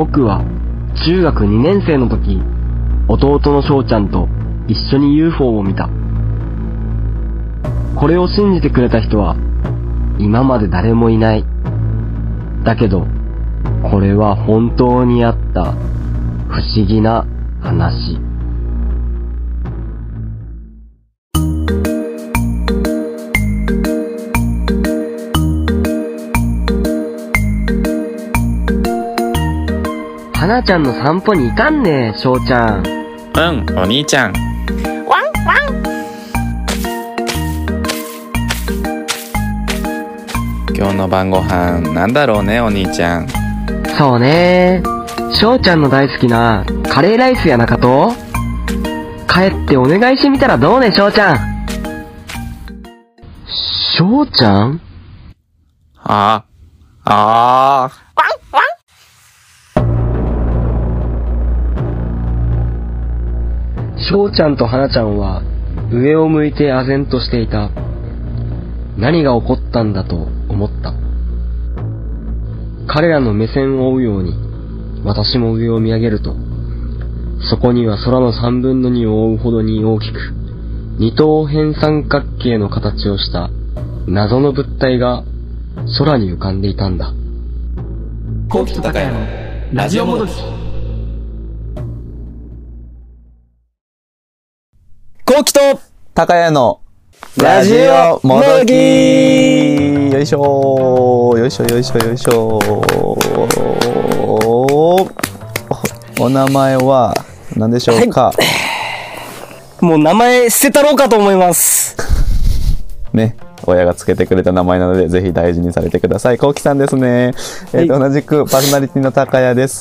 僕は中学2年生の時、弟の翔ちゃんと一緒に UFO を見た。これを信じてくれた人は今まで誰もいない。だけど、これは本当にあった不思議な話。花ちゃんの散歩に行かんねえ、翔ちゃん。 お兄ちゃん。 ワンワン。 今日の晩ご飯なんだろうね、お兄ちゃん。 そうね。翔ちゃんの大好きなカレーライスやなかと。帰ってお願いしてみたらどうね、翔ちゃん。翔ちゃん？ ああ。 翔ちゃんと花ちゃんは上を向いて唖然としていた。何が起こったんだと思った。彼らの目線を追うように私も上を見上げると、そこには空の3分の2を覆うほどに大きく二等辺三角形の形をした謎の物体が空に浮かんでいたんだ。 コウキと高谷のラジオもどき。 コウキと高谷のラジオもどき。よいしょよいしょよいしょよいしょ。お名前は何でしょうか？ はい、もう名前捨てたろうかと思いますね、親がつけてくれた名前なのでぜひ大事にされてください。コウキさんですね。同じくパーソナリティの高谷です。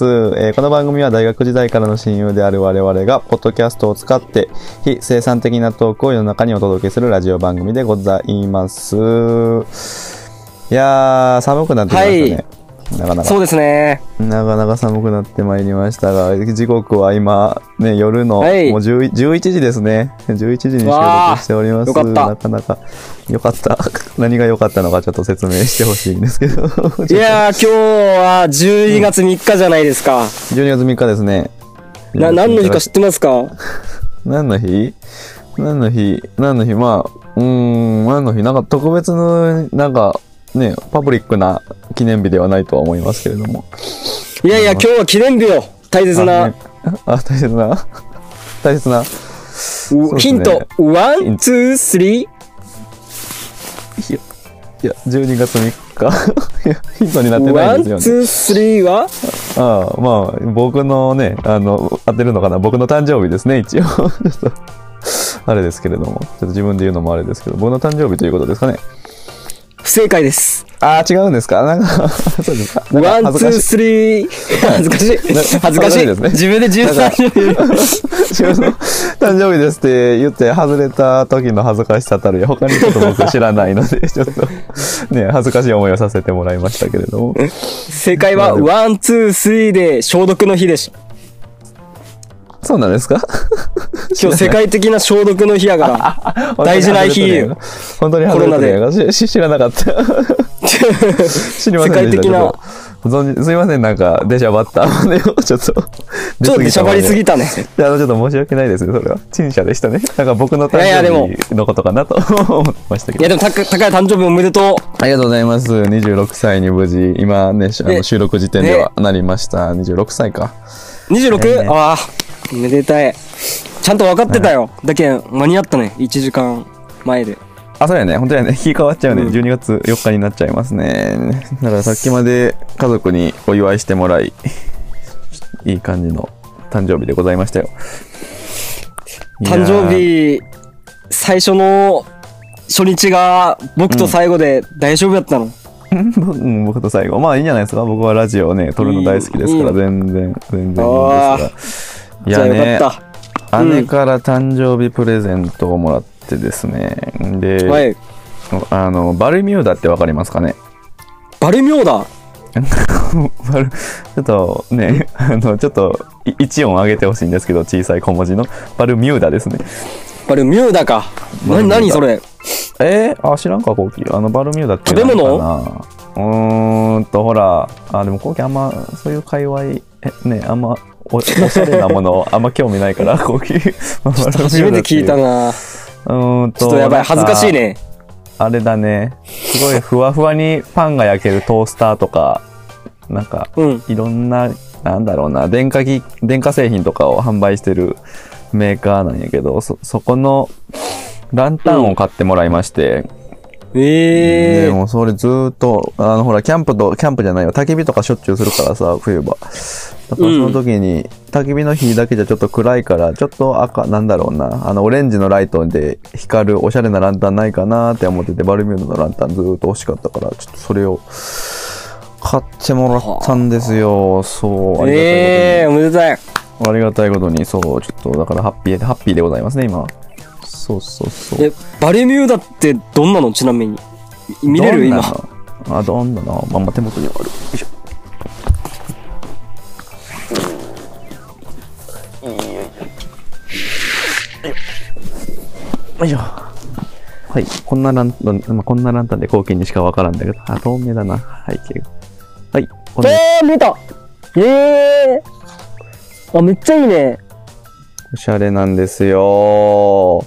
この番組は大学時代からの親友である我々がポッドキャストを使って非生産的なトークを世の中にお届けするラジオ番組でございます。いやー、寒くなってきましたね。はい、なかなか。 そうですね。 なかなか寒くなってまいりましたが、時刻は今、ね、夜の、もう11時ですね。11時に収録しております。 よかった。 なかなか、よかった。何が良かったのかちょっと説明してほしいんですけど。 いやー、今日は12月3日じゃないですか。 12月3日ですね。 何の日か知ってますか？ 何の日まあ、何の日なんか特別の、なんか、ね、パブリックな記念日ではないとは思いますけれども。 いやいや、今日は記念日よ。大切な。 大切な。 ヒント、1、2、3。 いや、12月3日。いや、ヒントになってないんですよね。 1、2、3は？ まあ、僕のね、当てるのかな。僕の誕生日ですね、一応。ちょっと、あれですけれども。ちょっと自分で言うのもあれですけど、僕の誕生日ということですかね。 不正解です。 違うんですか？なんか、そうですか。 1、2、3。恥ずかしい。恥ずかしい。 ですね。 自分で13歳。 自分の誕生日ですって言って外れた時の恥ずかしさたるや、他にちょっと僕知らないので、ちょっと、ね、恥ずかしい思いをさせてもらいましたけれども。 正解は、1、2、3で消毒の日でし。 そうなんですか？ 今日世界的な消毒の日やから。大事な日。 本当に外れてるやん。知らなかった。知りませんでした。世界的な。すいません、なんか、出しゃばった真似をちょっと出しゃばりすぎたね。 ちょっと申し訳ないですね、それは。陳謝でしたね。なんか僕の誕生日のことかなと思ってましたけど。 いや、でも高い誕生日おめでとう。 ありがとうございます。26歳に無事、今ね、収録時点ではなりました。26歳か。 26？ ああ、めでたい。ちゃんと分かってたよ。だけ間に合ったね。1時間前で。 そうやね。本当やね。日変わっちゃうね。12月4日になっちゃいますね。だからさっきまで家族にお祝いしてもらい、いい感じの誕生日でございましたよ。 誕生日、最初の初日が僕と最後で大丈夫やったの？ 僕と最後。まあいいんじゃないですか。僕はラジオをね、撮るの大好きですから、全然いいんですが。いやね、姉から誕生日プレゼントをもらってですね。で、バルミューダってわかりますかね？ バルミューダ？ ちょっとね、ちょっと一音上げてほしいんですけど、小さい小文字のバルミューダですね。 バルミューダか。何それ？ 知らんか、コウキ。バルミューダって食べ物？ ほら、でもコウキあんまそういう界隈ね、あんまおしゃれなものあんま興味ないからコーヒー初めて聞いたな。ちょっとやばい、恥ずかしいね。 あれだね、すごいふわふわにパンが焼けるトースターとか、なんか、いろんな、なんだろうな、電化製品とかを販売してるメーカーなんやけど、そこのランタンを買ってもらいまして、でもそれずーっと、ほら、キャンプじゃないよ、焚き火とかしょっちゅうするからさ、冬場。だからその時に、焚き火の火だけじゃちょっと暗いから、ちょっとなんだろうな、オレンジのライトで光るおしゃれなランタンないかなって思ってて、バルミューダのランタンずーっと欲しかったから、ちょっとそれを買ってもらったんですよ。そう、ありがたいことに。 おめでたい。 ありがたいことに、そう、ちょっとだからハッピーでございますね、今。そう。 バルミューダってどんなの、ちなみに。見れる今。 どんなのまんま手元にある。よいしょ。よいしょ。はい。こんなランタンで後期にしかわからんだけど。透明だな。背景が。はい。 見えた。めっちゃいいね。 おしゃれなんですよ。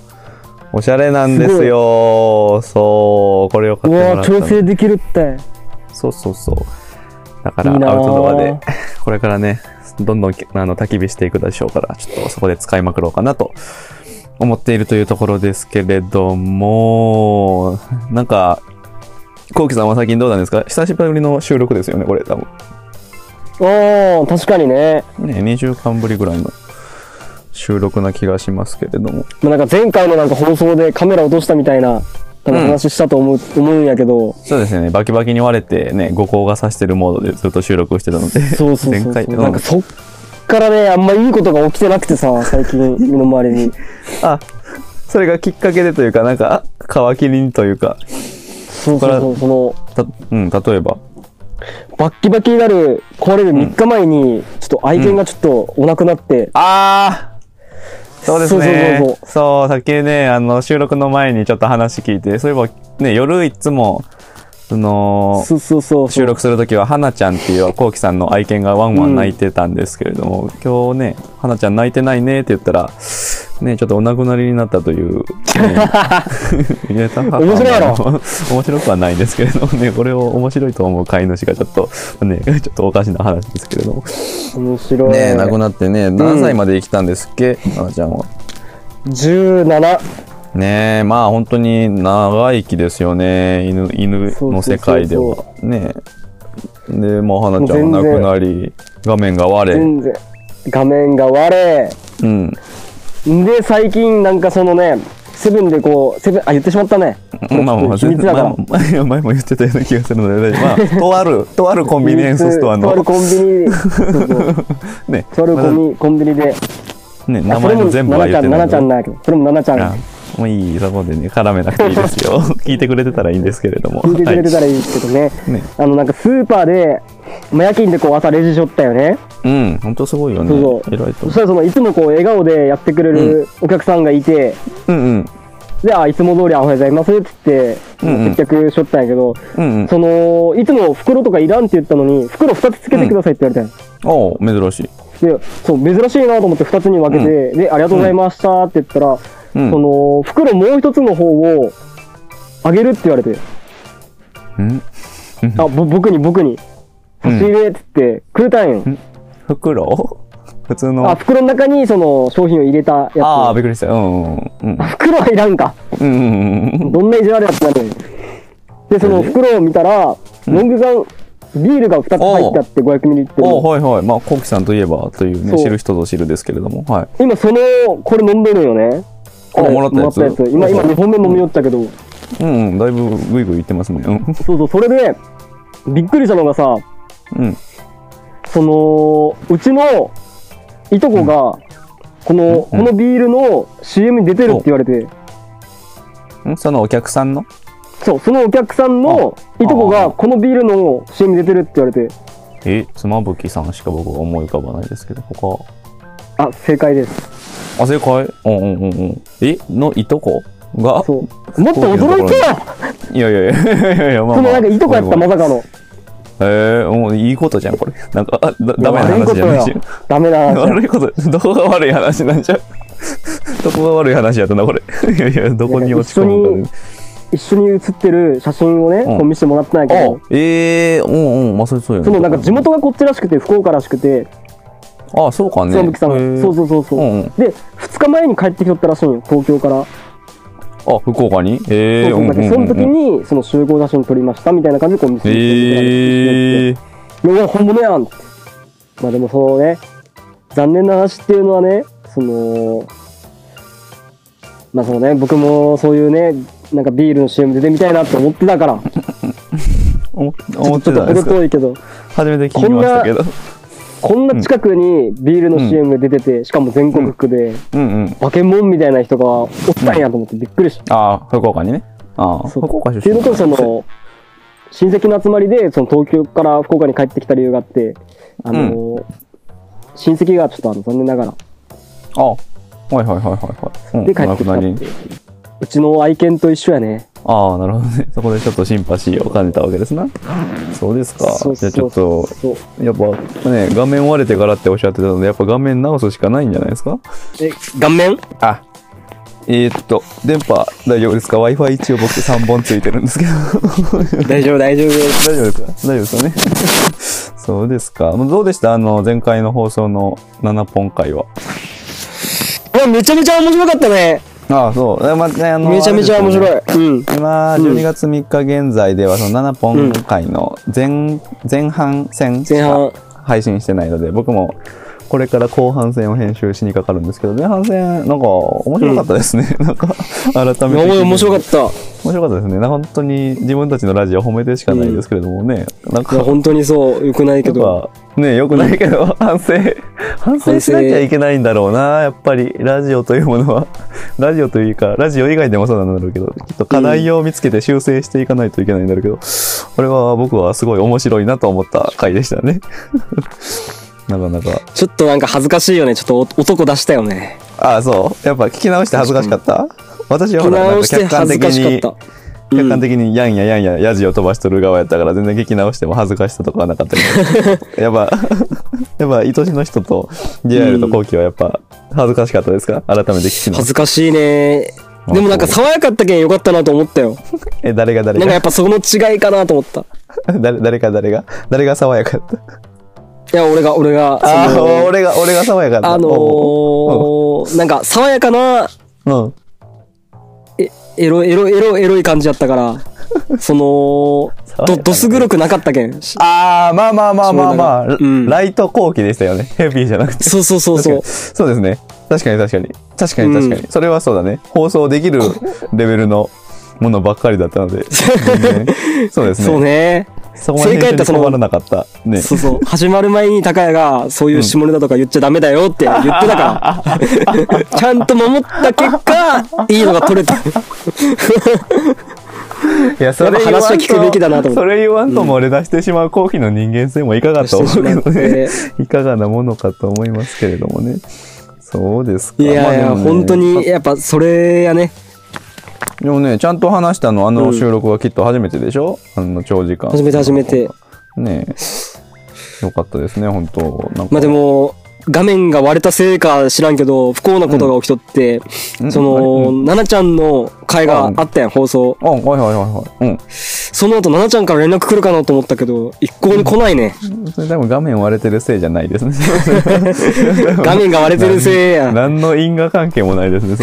そう、これを買ってもらった。 調整できるって。 そう。だからアウトドアで、これからね、どんどん焚き火していくでしょうから、ちょっとそこで使いまくろうかなと思っているというところですけれども、なんか、コウキさんは最近どうなんですか？久しぶりの収録ですよね、これ多分。 確かにね。 2週間ぶりぐらいの収録な気がしますけれども。 なんか前回のなんか放送でカメラ落としたみたいな話したと思うんやけど。 そうですね、バキバキに割れてね、五光が差してるモードでずっと収録してたので。 そう。前回、なんかそっからね、あんまいいことが起きてなくてさ、最近身の回りに。 それがきっかけでというか、なんか、皮切りにというか。 そう、例えば。 バッキバキになる、壊れる3日前に、ちょっと愛犬がちょっとお亡くなって。 そうですね。そう、さっきね、収録の前にちょっと話聞いて、そういえばね、夜いつも、収録するときは、花ちゃんっていうコウキさんの愛犬がワンワン泣いてたんですけれども、今日ね、花ちゃん泣いてないねって言ったら、ね、ちょっとお亡くなりになったという。面白いやろ。 面白くはないんですけれどもね、これを面白いと思う飼い主がちょっとおかしな話ですけれども。 面白い。 ね、亡くなってね、何歳まで生きたんですっけ、花ちゃんは。 17。 ねえ、まあ本当に長生きですよね、犬の世界では。ねえ。で、もう花ちゃんは亡くなり、画面が割れ。 画面が割れ。で、最近なんかそのね、セブンで言ってしまったね。 前も言ってたような気がするので、とあるコンビニエンスストアの。 とあるコンビニ、ね。とあるコンビニで。 ね、名前も全部は言ってない。 ナナちゃんだけど、それもナナちゃん。 もういい、そこでね、絡めなくていいですよ。聞いてくれてたらいいんですけれども。 聞いてくれてたらいいですけどね。なんかスーパーで、夜勤で朝レジしょったよね。 ほんとすごいよね。偉いと。 そしたらいつも笑顔でやってくれるお客さんがいて、で、いつも通りおはようございますって言って、接客しょったんやけど、いつも袋とかいらんって言ったのに、袋2つつけてくださいって言われたよ。珍しい。 で、そう、珍しいなと思って2つに分けて、で、ありがとうございましたって言ったら、袋もう一つの方をあげるって言われて。僕に、差し入れって言ってくれたんよ。 袋普通の。 袋の中にその商品を入れたやつ。 びっくりした。 袋はいらんか。どんな意地悪やったのに。で、その袋を見たら、ロング缶、ビールが2つ入ってあって500ミリリットル。 はいはい。まあ、コウキさんといえばというね、知る人ぞ知るですけれども。はい。 今これ飲んでるよね。 もらったやつ。 今2本目飲みよったけど。 だいぶグイグイいってますね。 そう、それで、びっくりしたのがさ、うちのいとこが、このビールの CM に出てるって言われて。 そのお客さんの？ そう、そのお客さんのいとこが、このビールの CM に出てるって言われて。 妻夫木さんしか僕は思い浮かばないですけど、他。 正解です。 正解？のいとこが？ そう。もっと驚いてよ！ いや、 そのなんかいとこやった、まさかの。 もういいことじゃん、これ。なんか、ダメな悪いことよ話じゃないし。。 ダメな話よ。 悪いこと、どこが悪い話なんじゃ。どこが悪い話やったな、これ。いやいや、どこに落ち込むかね。 一緒に写ってる写真をね、こう見せてもらってないけど、 まあそうよね。 なんか地元がこっちらしくて、福岡らしくて、 あ、そうかね。 妻夫木さんが。そう。で、2日前に帰ってきとったらしいよ、東京から。 あ、福岡に？ その時に、その集合写真撮りましたみたいな感じでこう見せてもらって。うわ、本物やんって。まあでもそのね、残念な話っていうのはね、まあそうね、僕もそういうね、なんかビールの CM 出てみたいなって思ってたから。 思っちょっと程てたんですか？ 遠いけど。 初めて聞きましたけど。 こんな近くにビールの CM 出てて、しかも全国区で、バケモンみたいな人がおったんやと思ってびっくりした。 ああ、福岡にね。ああ、福岡出身。 っていうのと、親戚の集まりで、東京から福岡に帰ってきた理由があって、親戚がちょっと残念ながら。 はい。 で、帰ってきたって。うちの愛犬と一緒やね。 ああ、なるほどね。そこでちょっとシンパシーを感じたわけですな。そうですか。じゃあちょっと、やっぱね、画面割れてからっておっしゃってたので、やっぱ画面直すしかないんじゃないですか？ 顔面？ 電波大丈夫ですか？ Wi-Fi 一応僕3本ついてるんですけど。 大丈夫です。 大丈夫ですか？大丈夫ですかね。そうですか。どうでした？前回の放送の7本回は。 めちゃめちゃ面白かったね。 ああ、そう。まあね、 めちゃめちゃ面白い。 今、12月3日現在では、その7本回の前半戦しか配信してないので、僕もこれから後半戦を編集しにかかるんですけど、前半戦、なんか面白かったですね。なんか、改めて。 面白かった。 面白かったですね。本当に自分たちのラジオ褒めてしかないですけれどもね。なんか本当にそう、良くないけど。 ね、良くないけど、反省しなきゃいけないんだろうな、やっぱり。ラジオというものは。ラジオというか、ラジオ以外でもそうなんだろうけど、きっと課題を見つけて修正していかないといけないんだろうけど、これは僕はすごい面白いなと思った回でしたね。なかなか。ちょっとなんか恥ずかしいよね。ちょっと男出したよね。 ああ、そう。やっぱ聞き直して恥ずかしかった？私はほら、なんか客観的にやんやヤジを飛ばしとる側やったから全然聞き直しても恥ずかしさとかはなかったけど。やっぱ愛しの人と出会えると後期はやっぱ恥ずかしかったですか？改めて聞き直して。 恥ずかしいね。でもなんか爽やかったけんよかったなと思ったよ。 誰がなんかやっぱその違いかなと思った。 誰が爽やかだった？ いや、俺が。 俺が爽やかだった。 なんか爽やかな、エロい感じだったから、どす黒くなかったけん。 まあ、ライト後期でしたよね。ヘビーじゃなくて。 そう。そうですね。確かに。それはそうだね。放送できるレベルのものばっかりだったので。そうですね。 そうね。 正解って困らなかった。ね。 そう。始まる前に高谷がそういう下ネタとか言っちゃダメだよって言ってたから。ちゃんと守った結果、いいのが取れた。 いや、それ話は聞くべきだなと思って。 それ言わんと漏れ出してしまう後期の人間性もいかがと思うけどね。いかがなものかと思いますけれどもね。そうですか。 いや、本当に、やっぱそれやね。 でもね、ちゃんと話したの、収録はきっと初めてでしょ？長時間。 初めて。 ねえ。よかったですね、本当。 まあでも、画面が割れたせいか知らんけど、不幸なことが起きとって、ななちゃんの回があったやん、放送。その後、ななちゃんから連絡来るかなと思ったけど、一向に来ないね。 それ多分画面割れてるせいじゃないですね。 画面が割れてるせいや。 何の因果関係もないですね、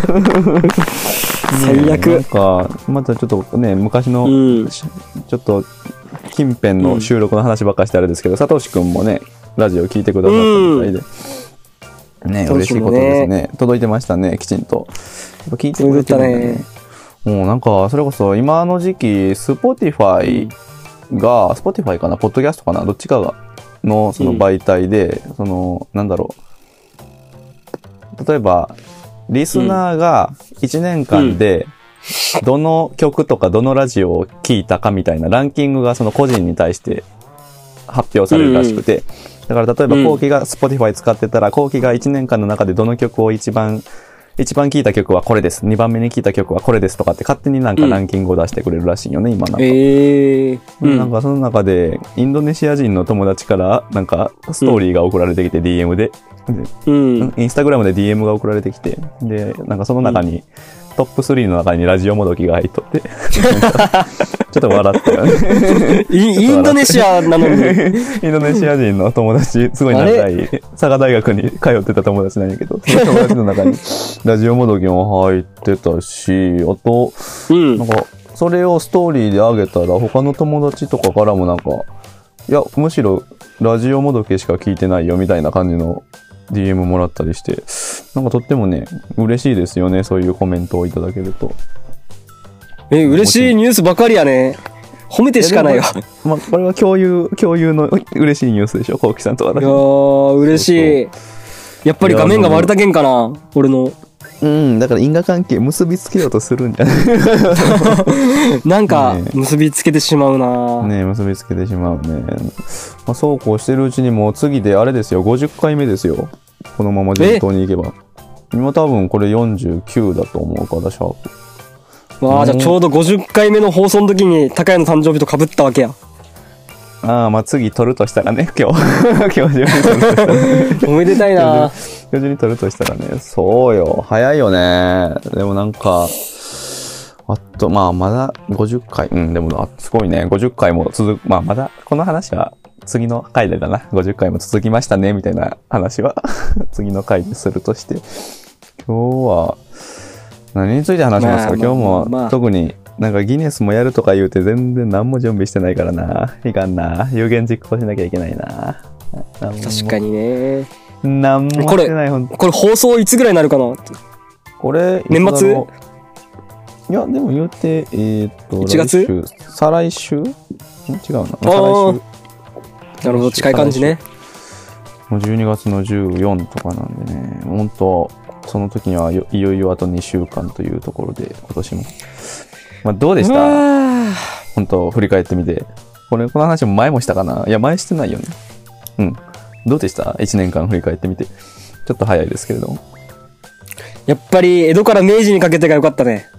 最悪。 なんか、またちょっとね、昔の、ちょっと、近辺の収録の話ばっかしてあれですけど、サトシくんもね、ラジオ聞いてくださったみたいで。ね、嬉しいことですね。届いてましたね、きちんと。聞いてくれてるね。もうなんか、それこそ今の時期、Spotify かな、ポッドキャストかな、どっちかが、のその媒体で、なんだろう。例えば、リスナーが1年間で、どの曲とかどのラジオを聞いたかみたいなランキングがその個人に対して発表されるらしくて、だから例えばコウキが Spotify 使ってたら、コウキが1年間の中でどの曲を一番一番聴いた曲はこれです。2番目に聴いた曲はこれですとかって勝手になんかランキングを出してくれるらしいよね、今なんか。なんかその中で、インドネシア人の友達から、なんか、ストーリーが送られてきて、DM で。インスタグラムで DM が送られてきて、で、なんかその中に、トップ3の中にラジオもどきが入っとって、ちょっと笑ったよね。 インドネシアなのに。 インドネシア人の友達、すごい仲いい、佐賀大学に通ってた友達なんやけど、その友達の中にラジオもどきも入ってたし、あと、なんか、それをストーリーで上げたら、他の友達とかからもなんか、いや、むしろラジオもどきしか聞いてないよみたいな感じのDM もらったりして、なんかとってもね、嬉しいですよね、そういうコメントをいただけると。 嬉しいニュースばかりやね。褒めてしかないわ。 まあ、これは共有の嬉しいニュースでしょ、コウキさんと私。 いやー、嬉しい。やっぱり画面が割れたけんかな、俺の。 だから因果関係結びつけようとするんじゃないなんか、結びつけてしまうなねえ、結びつけてしまうね。まあ、そうこうしてるうちにもう次であれですよ、50回目ですよ。このまま順当にいけば。今多分これ49だと思うから、シャープ。 わあ、じゃあちょうど50回目の放送の時に高谷の誕生日と被ったわけや。 ああ、まあ次撮るとしたらね、今日中に撮るとしたら、ね。 おめでたいな今日中に撮るとしたらね、そうよ、早いよね。でもなんか、あと、まあまだ50回、でもすごいね、50回もまあまだ、この話は次の回でだな、50回も続きましたね、みたいな話は、次の回でするとして、今日は、何について話しますか、今日も、特に、なんかギネスもやるとか言うて全然何も準備してないからな。いかんな。有言実行しなきゃいけないな。 確かにね。 何もしてない、 これ放送いつぐらいになるかな。 これ、 年末？ いや、でも言うて、 1月？ 再来週？違うな。再来週。 なるほど、近い感じね。 もう12月の14とかなんでね、本当その時にはいよいよあと2週間というところで、今年も。まあ、どうでした？本当振り返ってみて。この話も前もしたかな？いや、前してないよね。どうでした？ 1 年間振り返ってみて。ちょっと早いですけれども。やっぱり江戸から明治にかけてが良かったね。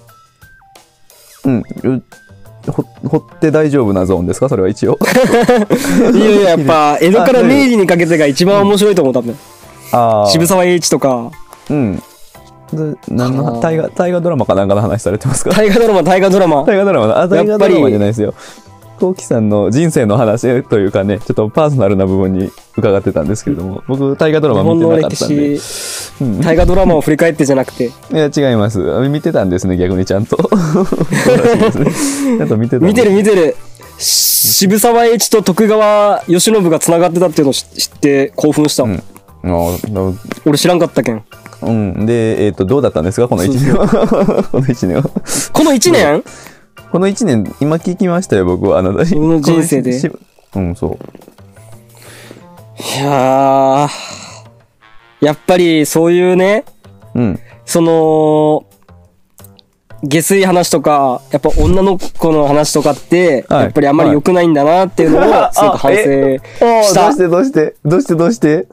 掘って大丈夫なゾーンですか？それは一応。 いや、やっぱ江戸から明治にかけてが一番面白いと思う、多分。渋沢栄一とか。 何の大河ドラマかなんかの話されてますか？ 大河ドラマ。大河ドラマじゃないですよ。コウキさんの人生の話というかね、ちょっとパーソナルな部分に伺ってたんですけれども、僕大河ドラマ見てなかったんで。 大河ドラマを振り返ってじゃなくて。 いや、違います。見てたんですね、逆にちゃんと。そうらしいですね。ちゃんと見てた。見てる。渋沢栄一と徳川慶喜が繋がってたっていうのを知って興奮した。俺知らんかったけん。 で、どうだったんですかこの1年は。この1年は。 この1年？ この1年、今聞きましたよ、僕は。 この人生で。 そう。 いやー、やっぱりそういうね、下水話とか、やっぱ女の子の話とかって、やっぱりあんまり良くないんだなっていうのを、すごく反省した。 どうして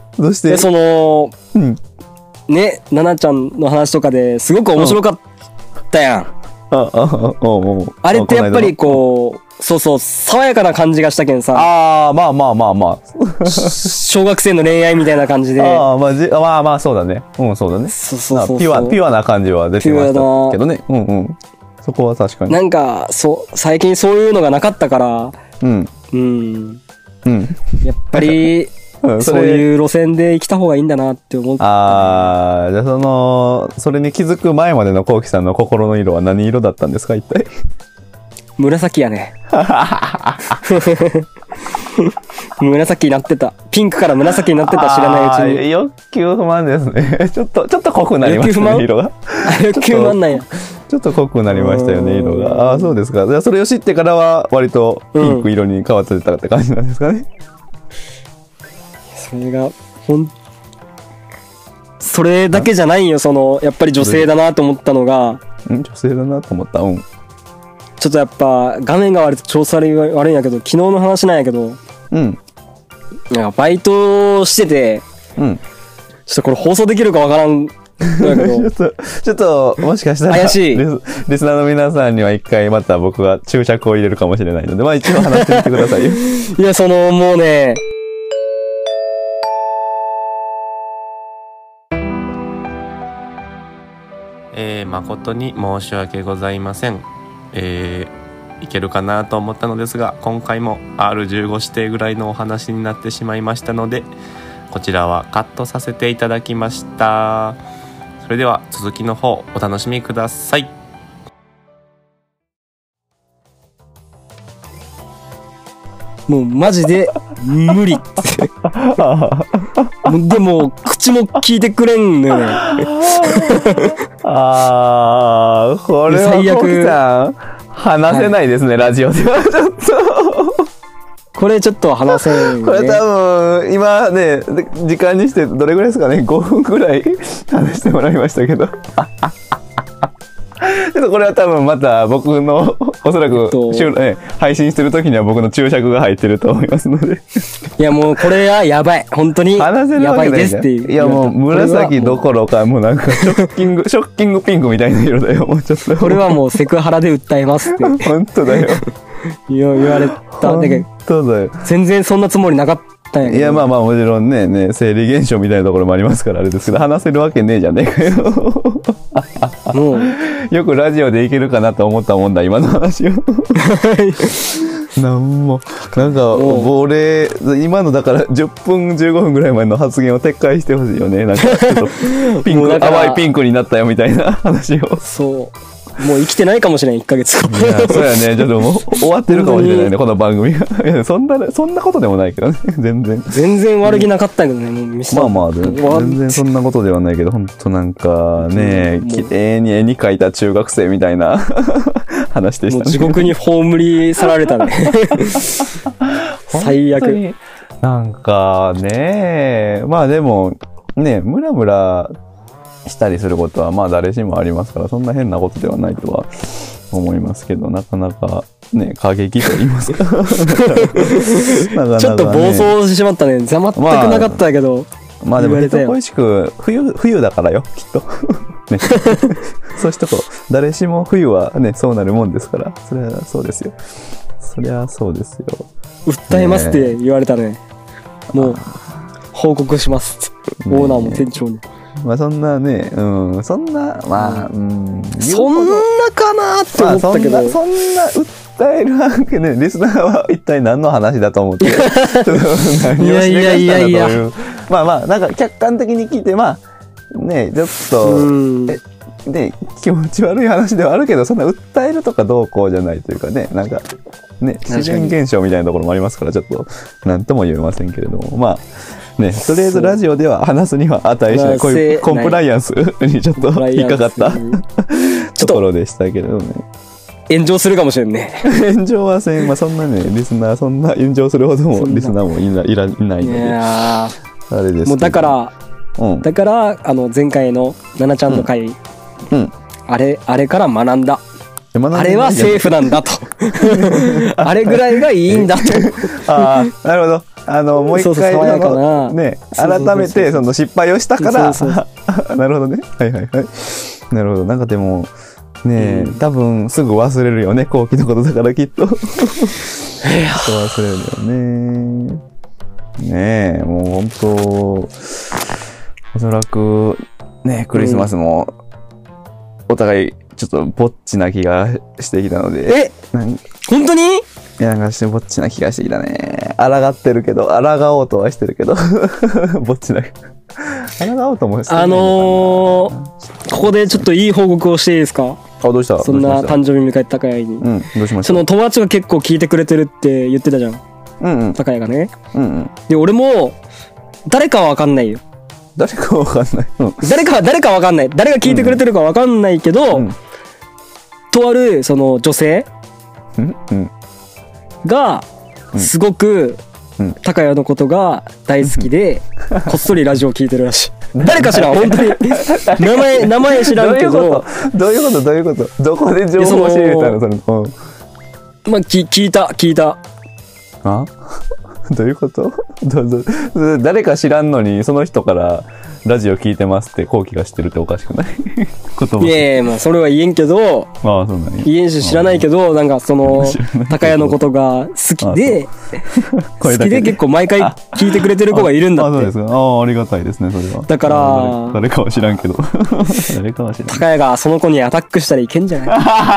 ね、ナナちゃんの話とかですごく面白かったやん。あれってやっぱりこう、爽やかな感じがしたけんさ。 まあ。 小学生の恋愛みたいな感じで。 まあ、そうだね。そうだね。ピュアな感じは出てましたけどね。そこは確かに。 なんか、最近そういうのがなかったから、やっぱり、そういう路線で来た方がいいんだなって思って。 じゃあそれに気づく前までのコウキさんの心の色は何色だったんですか、一体。 紫やね。紫になってた。ピンクから紫になってた、知らないうちに。 欲求不満ですね。ちょっと濃くなりましたね、色が。 欲求不満なんや。 ちょっと濃くなりましたよね、色が。そうですか。じゃあそれを知ってからは割とピンク色に変わってたって感じなんですかね。 それが、それだけじゃないよ、やっぱり女性だなと思ったのが。 女性だなと思った。 ちょっとやっぱ、画面が悪いと調子悪いんやけど、昨日の話なんやけど、バイトしてて、ちょっとこれ放送できるかわからんだけどちょっと、もしかしたら、 怪しいリスナーの皆さんには一回また僕が注釈を入れるかもしれないので、まあ一応話してみてくださいよ。 いや、もうね、 誠に申し訳ございません。いけるかなと思ったのですが、今回も R15 指定ぐらいのお話になってしまいましたので、こちらはカットさせていただきました。それでは続きの方お楽しみください。 もうマジで無理ってでも口も聞いてくれんのよね。 これは最悪コキさん話せないですね、ラジオではちょっと。 これちょっと話せんよね。 これ多分今ね、時間にしてどれぐらいですかね、5分ぐらい話してもらいましたけど。ちょっとこれは多分また僕のおそらく、配信してる時には僕の注釈が入ってると思いますので。 いやもうこれはやばい、本当に話せるやばいわけないじゃん。 ですっていう。 いやもう紫どころかもうなんかショッキングピンクみたいな色だよ、もうちょっと。 これはもうセクハラで訴えますって本当だよ。 言われた。だけど本当だよ。 全然そんなつもりなかったんやけど。 いやまあまあもちろんね、生理現象みたいなところもありますからあれですけど、話せるわけねえじゃねえかよ。 もうよくラジオでいけるかなと思ったもんだ、今の話を。なんも、なんか、今のだから10分15分ぐらい前の発言を撤回してほしいよね。なんか、ちょっとピンク、淡いピンクになったよみたいな話を。 そう。もう生きてないかもしれん、1ヶ月後。 いや、そうやね。ちょっともう終わってるかもしれないね、この番組が。いや、そんなことでもないけどね、全然。 全然悪気なかったけどね、もうミスまあまあ、全然そんなことではないけど、ほんとなんかね、綺麗に絵に描いた中学生みたいな話でしたね。 もう地獄に葬り去られたね。最悪。 なんかね、まあでも、ね、ムラムラしたりすることはまあ誰しもありますから、そんな変なことではないとは思いますけど、なかなかね、過激と言いますか。なかなかね、 ちょっと暴走してしまったね。全くなかったけど。 まあでも人恋しく、冬だからよ、きっと。ね。そうしとこう。誰しも冬はね、そうなるもんですから。それはそうですよ。そりゃそうですよ。 訴えますって言われたね。もう、報告しますって。オーナーも店長に。 まあそんなね、そんな、まあ、 そんなかなって思ったけど。 まあ、そんな訴えるわけね、リスナーは一体何の話だと思って。何をしでかしたんだという。まあまあ、なんか客観的に聞いて、まあ、ね、ちょっと、ね、気持ち悪い話ではあるけど、そんな訴えるとかどうこうじゃないというかね、なんか、ね、自然現象みたいなところもありますから、ちょっと、なんとも言えませんけれども、まあ、ね、とりあえずラジオでは話すには値しない、こういうコンプライアンスにちょっと引っかかったところでしたけれどね。 炎上するかもしれんね。 炎上はせん、まあそんなね、リスナー、そんな炎上するほどもリスナーもいないので。いやあれです。 もうだから、前回のナナちゃんの回、あれから学んだ。あれはセーフなんだと。あれぐらいがいいんだと。 ああ、なるほど。もう一回ね、改めてその失敗をしたから、なるほどね。はいはいはい。なるほど。なんかでも、ねえ、多分すぐ忘れるよね、後期のことだからきっと。忘れるよね。ねえ、もう本当、おそらく、ね、クリスマスも、お互い、ちょっとぼっちな気がしてきたので。 本当に？ いや、なんかぼっちな気がしてきたね。抗ってるけど、抗おうとはしてるけど、ぼっちな。抗おうともしてないここでちょっといい報告をしていいですか？ どうした？ そんな誕生日迎えた高谷に。 どうしました？ その友達が結構聞いてくれてるって言ってたじゃん。高谷がね。で、俺も、誰かはわかんないよ。 誰かわかんない。 誰かわかんない。誰が聞いてくれてるかわかんないけど、とある、その女性が、すごく、高谷のことが大好きで、こっそりラジオ聞いてるらしい。誰かしら本当に。名前知らんけど。 どういうことどこで情報を教えたの？ まあ、聞いた。 どういうことどうぞ誰か知らんのに、その人からラジオ聞いてますって後期が知ってるっておかしくない言葉。 いやいや、まあそれは言えんけど、 ああ、そうなんや。 言えんし知らないけど、なんかその、高谷のことが好きで、好きで結構毎回聞いてくれてる子がいるんだあ、そうって。 ですか。ああ、ありがたいですね、それは。 だから誰かは知らんけど。誰かは知らん。 高谷がその子にアタックしたらいけんじゃない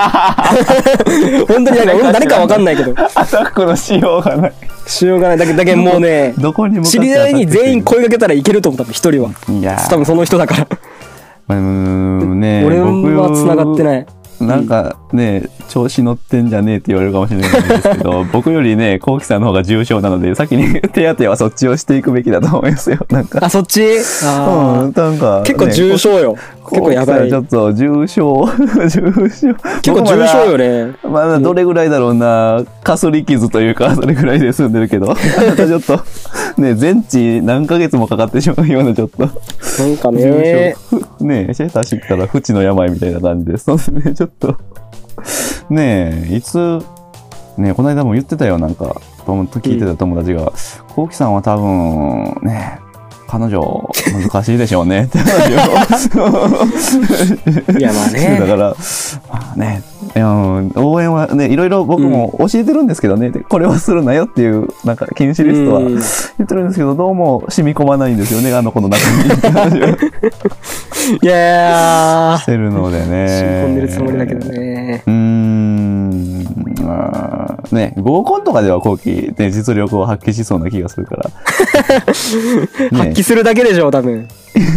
本当になんか俺誰かわかんないけど。 アタックのしようがない。 しようがない。だけもうね、 どこに向かって知り合いに全員声かけたらいけると思ったもん、一人は。 いやー多分その人だから。 ね、 俺は繋がってない。 なんかね、調子乗ってんじゃねえって言われるかもしれないんですけど、僕よりね、コウキさんの方が重症なので、先に手当てはそっちをしていくべきだと思いますよ。なんか。 あ、そっちなんか、 結構重症よ。結構やばい。 ちょっと重症。 結構重症よね。 まだどれぐらいだろうな、かすり傷というか、それぐらいで済んでるけど、あなたちょっと、ね、全治何ヶ月もかかってしまうような、ちょっと。 なんかね、 ね、シェーター知ったら、不治の病みたいな感じです。ね、ちょっと、ねえ、いつ、ね、この間も言ってたよ、なんか、聞いてた友達が、コウキさんは多分、ね、彼女、難しいでしょうね、って話を。 いや、まあね。 だから、まあね、応援はね、いろいろ僕も教えてるんですけどね、これはするなよっていう、なんか禁止リストは言ってるんですけど、どうも染み込まないんですよね、あの子の中に。 いやー。 してるのでね。 染み込んでるつもりだけどね。 ね、合コンとかでは後期、ね、実力を発揮しそうな気がするから。 発揮するだけでしょ、多分。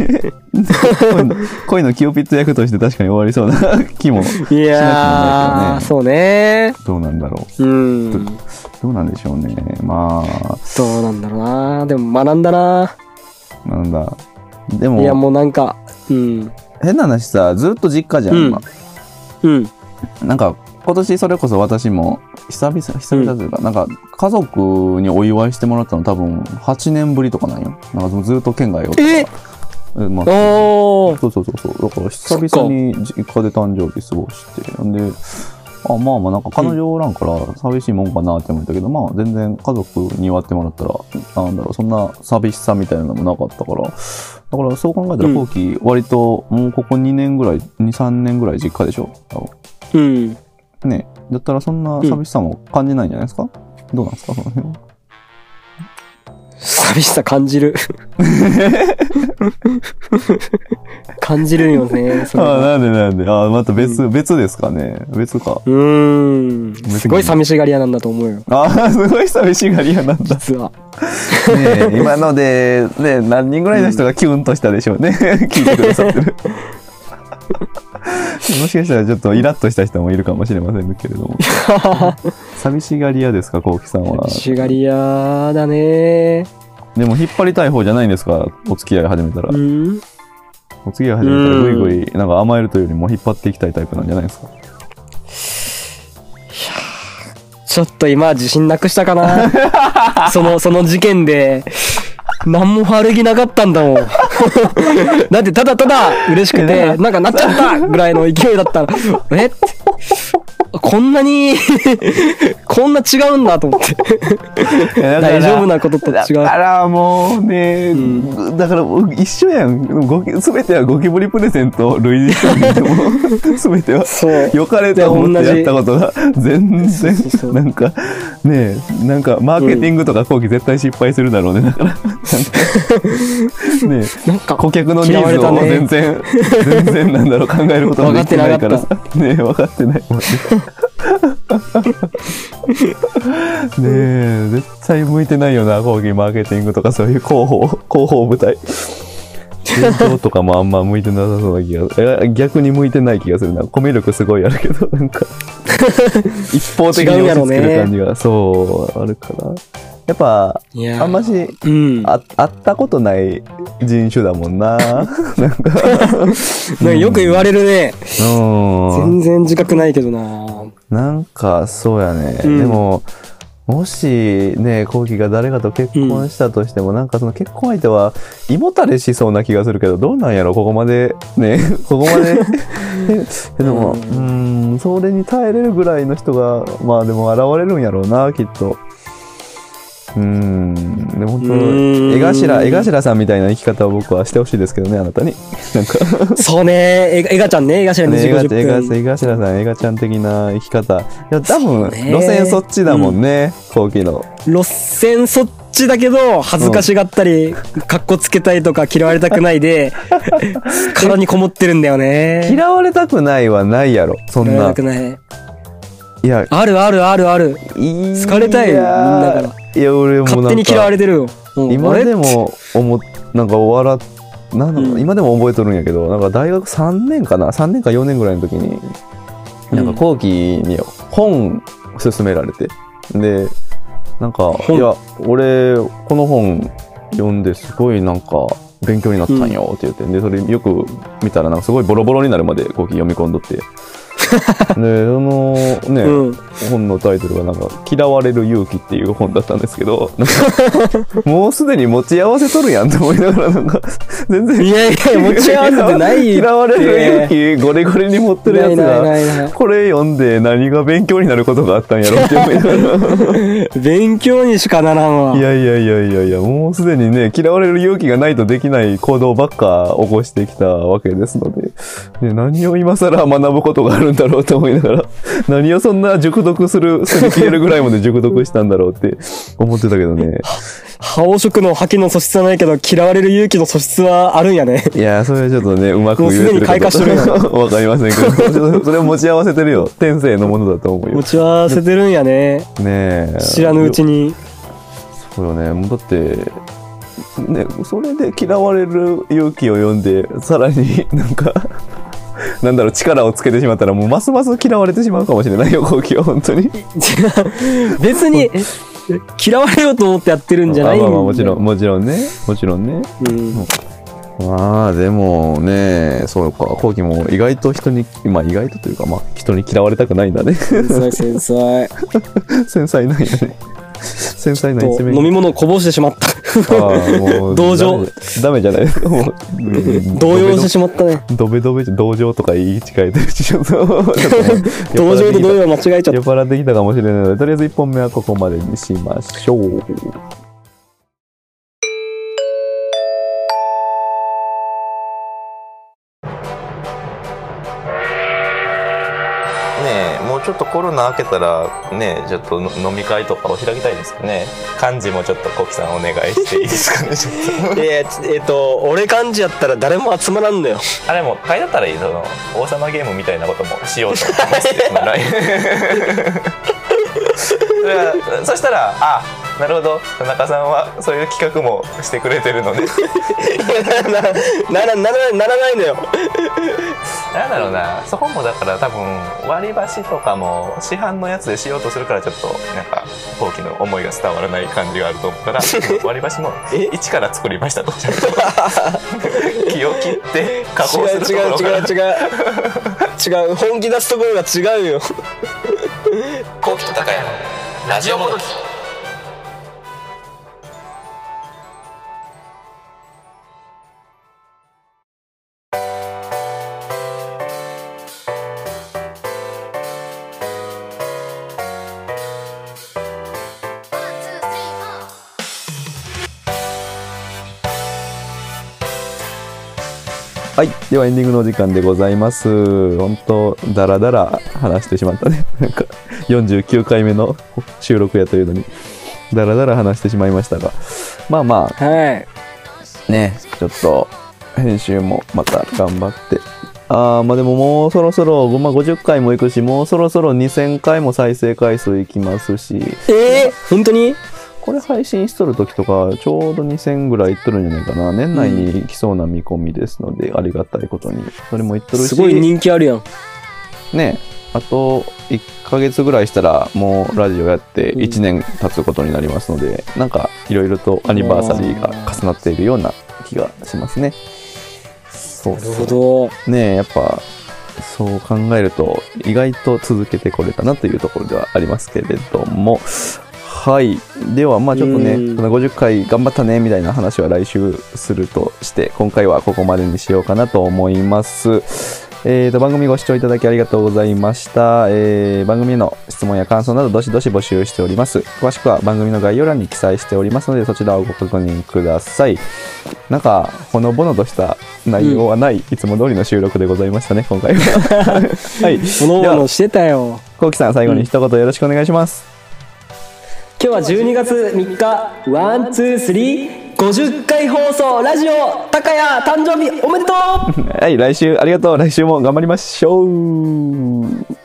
恋のキューピッド役として確かに終わりそうな気もしなくもないけどね。 いやー、そうね。 どうなんだろう。 どうなんでしょうね。まあ。 どうなんだろうな。でも学んだな。 なんだ。でも。 いや、もうなんか、 変な話さ、ずっと実家じゃん、今。なんか、今年それこそ私も久々というか、なんか家族にお祝いしてもらったの多分8年ぶりとかなんよ。なんかずっと県外を。まあ、そう。だから久々に実家で誕生日過ごして。んで、まあなんか彼女おらんから寂しいもんかなって思ったけど、まあ全然家族に祝ってもらったら、なんだろう、そんな寂しさみたいなのもなかったから、だからそう考えたら後期割ともうここ2年ぐらい、2、3年ぐらい実家でしょ多分。ね、だったらそんな寂しさも感じないんじゃないですか、どうなんですかその辺は。 寂しさ感じる。感じるよね。 なんで。また別ですかね。別か。 すごい寂しがり屋なんだと思うよ。 すごい寂しがり屋なんだ。 実は。 ね今ので、ね、何人ぐらいの人がキュンとしたでしょうね。聞いてくださってる。もしかしたらちょっとイラッとした人もいるかもしれませんけれども。寂しがり屋ですか、コウキさんは。 寂しがり屋だね。 でも引っ張りたい方じゃないんですか、お付き合い始めたら。お付き合い始めたらぐいぐいなんか甘えるというよりも引っ張っていきたいタイプなんじゃないですか。 ちょっと今自信なくしたかな。その事件で。何も悪気なかったんだもん。だってただただ嬉しくて、なんかなっちゃったぐらいの勢いだったら、こんなに、こんな違うんだと思って。大丈夫なことと違う。だからもうね、だから一緒やん。すべてはゴキブリプレゼント、類似商品でも、すべては、良かれと思ってやったことが、全然、なんか、ねえ、なんかマーケティングとか後期絶対失敗するだろうね。だから、ねえ、顧客のニーズを全然なんだろう、考えることができてないからさ。ねえ、分かってないもんね。ねえ、絶対向いてないよな、後期マーケティングとかそういう広報部隊。勉強とかもあんま向いてなさそうな気が、逆に向いてない気がするな。コミュ力すごいあるけど、なんか一方的に押し付ける感じが、そうあるから。やっぱあんまし、会ったことない人種だもんな。なんかよく言われるね。全然自覚ないけどな。 なんかそうやね。でももしね、コウキが誰かと結婚したとしても、なんかその結婚相手は胃もたれしそうな気がするけど、どうなんやろ、ここまでね、ここまででもそれに耐えれるぐらいの人がまあでも現れるんやろうな、きっと。 でも本当江頭さんみたいな生き方を僕はしてほしいですけどね、あなたに。なんかそうね、江頭ね、江頭2時50分。 江頭さん、江頭ちゃん的な生き方。いや、多分、路線そっちだもんね、後期の。 路線そっちだけど、恥ずかしがったり、かっこつけたいとか嫌われたくないで、殻にこもってるんだよね。 嫌われたくないはないやろ、そんな。 嫌われたくない。 いや、 ある。好かれたいよ、みんなから。 いや、俺もなんか勝手に嫌われてるよ。 今でもなんか今でも覚えとるんやけど、なんか大学3年か4年ぐらいの時に、なんか後期に本勧められて、で、なんか、いや、俺、この本読んですごいなんか勉強になったんよって言って、で、それよく見たら、なんかすごいボロボロになるまで後期読み込んどって、で、本のタイトルがなんか「嫌われる勇気」っていう本だったんですけど、なんかもうすでに持ち合わせとるやんって思いながら、なんか全然いや持ち合わせてない嫌われる勇気ゴリゴリに持ってるやつがこれ読んで何が勉強になることがあったんやろって思いながら勉強にしかならんわ。 いやもうすでにね、嫌われる勇気がないとできない行動ばっか起こしてきたわけですので、何を今更学ぶことがあるんだろうと思いながら、何をそんな熟読すり切れるぐらいまで熟読したんだろうって思ってたけどね。 覇王色の覇気の素質はないけど、嫌われる勇気の素質はあるんやね。 いや、それはちょっとね、うまく言えてるかもうすでに開花してるわかりませんけど、それを持ち合わせてるよ。天性のものだと思うよ。 持ち合わせてるんやね。 ねえ。 知らぬうちに。 そうよね。もうだって、ね、それで嫌われる勇気を読んで、さらになんか、なんだろう、力をつけてしまったら、もうますます嫌われてしまうかもしれないよ、後期は、本当に。 別に、嫌われようと思ってやってるんじゃないんだよ。 もちろんね。まあ、でもね、そうか、後期も意外と意外とというか、人に嫌われたくないんだね。 繊細。 繊細なんやね。繊細な一面。 飲み物をこぼしてしまった。 もう同情。 ダメじゃないですか、もう。 動揺してしまったね。 ドベ同情とか言い違えてるし、ちょっと。 同情と動揺は間違えちゃった。 酔っ払ってきたかもしれないので、とりあえず1本目はここまでにしましょう。 ねえ、もうちょっとコロナ明けたらね、ちょっと飲み会とかを開きたいですかね。幹事もちょっとコキさんお願いしていいですかね。ちょっと俺幹事やったら誰も集まらんのよ。 あれも会だったらいい、その王様ゲームみたいなこともしようと思ってますそしたらなるほど、田中さんはそういう企画もしてくれてるのでならないのよ。 なんだろうな、そこもだから多分割り箸とかも市販のやつでしようとするから、ちょっとなんか後期の思いが伝わらない感じがあると思ったら割り箸も一から作りましたと、ちゃんと木を切って加工するところから違う、本気出すところが違うよ。 後期と高谷のラジオもどき。 はい。ではエンディングのお時間でございます。本当だらだら話してしまったね。なんか、49回目の収録やというのに、だらだら話してしまいましたが。 はい。 ね、ちょっと、編集もまた頑張って。でももうそろそろ、50回もいくし、もうそろそろ2000回も再生回数いきますし。 本当に？ これ配信しとる時とかちょうど2000ぐらいいっとるんじゃないかな。年内に来そうな見込みですので、ありがたいことにそれもいっとるし、 すごい人気あるやんね。あと1ヶ月ぐらいしたらもうラジオやって1年経つことになりますので、なんかいろいろとアニバーサリーが重なっているような気がしますね。そうそう。 なるほどね。やっぱそう考えると意外と続けてこれたなというところではありますけれども、はい。では、ちょっとね、50回頑張ったね、みたいな話は来週するとして、今回はここまでにしようかなと思います。 番組ご視聴いただきありがとうございました。番組への質問や感想などどしどし募集しております。詳しくは番組の概要欄に記載しておりますので、そちらをご確認ください。なんか、ほのぼのとした内容はない、いつも通りの収録でございましたね、今回は。はい。 ほのぼのしてたよ。 こうきさん、最後に一言よろしくお願いします。 今日は12月3日、ワン、ツー、スリー、50回放送、ラジオ、高谷、誕生日おめでとうはい、来週ありがとう。来週も頑張りましょう。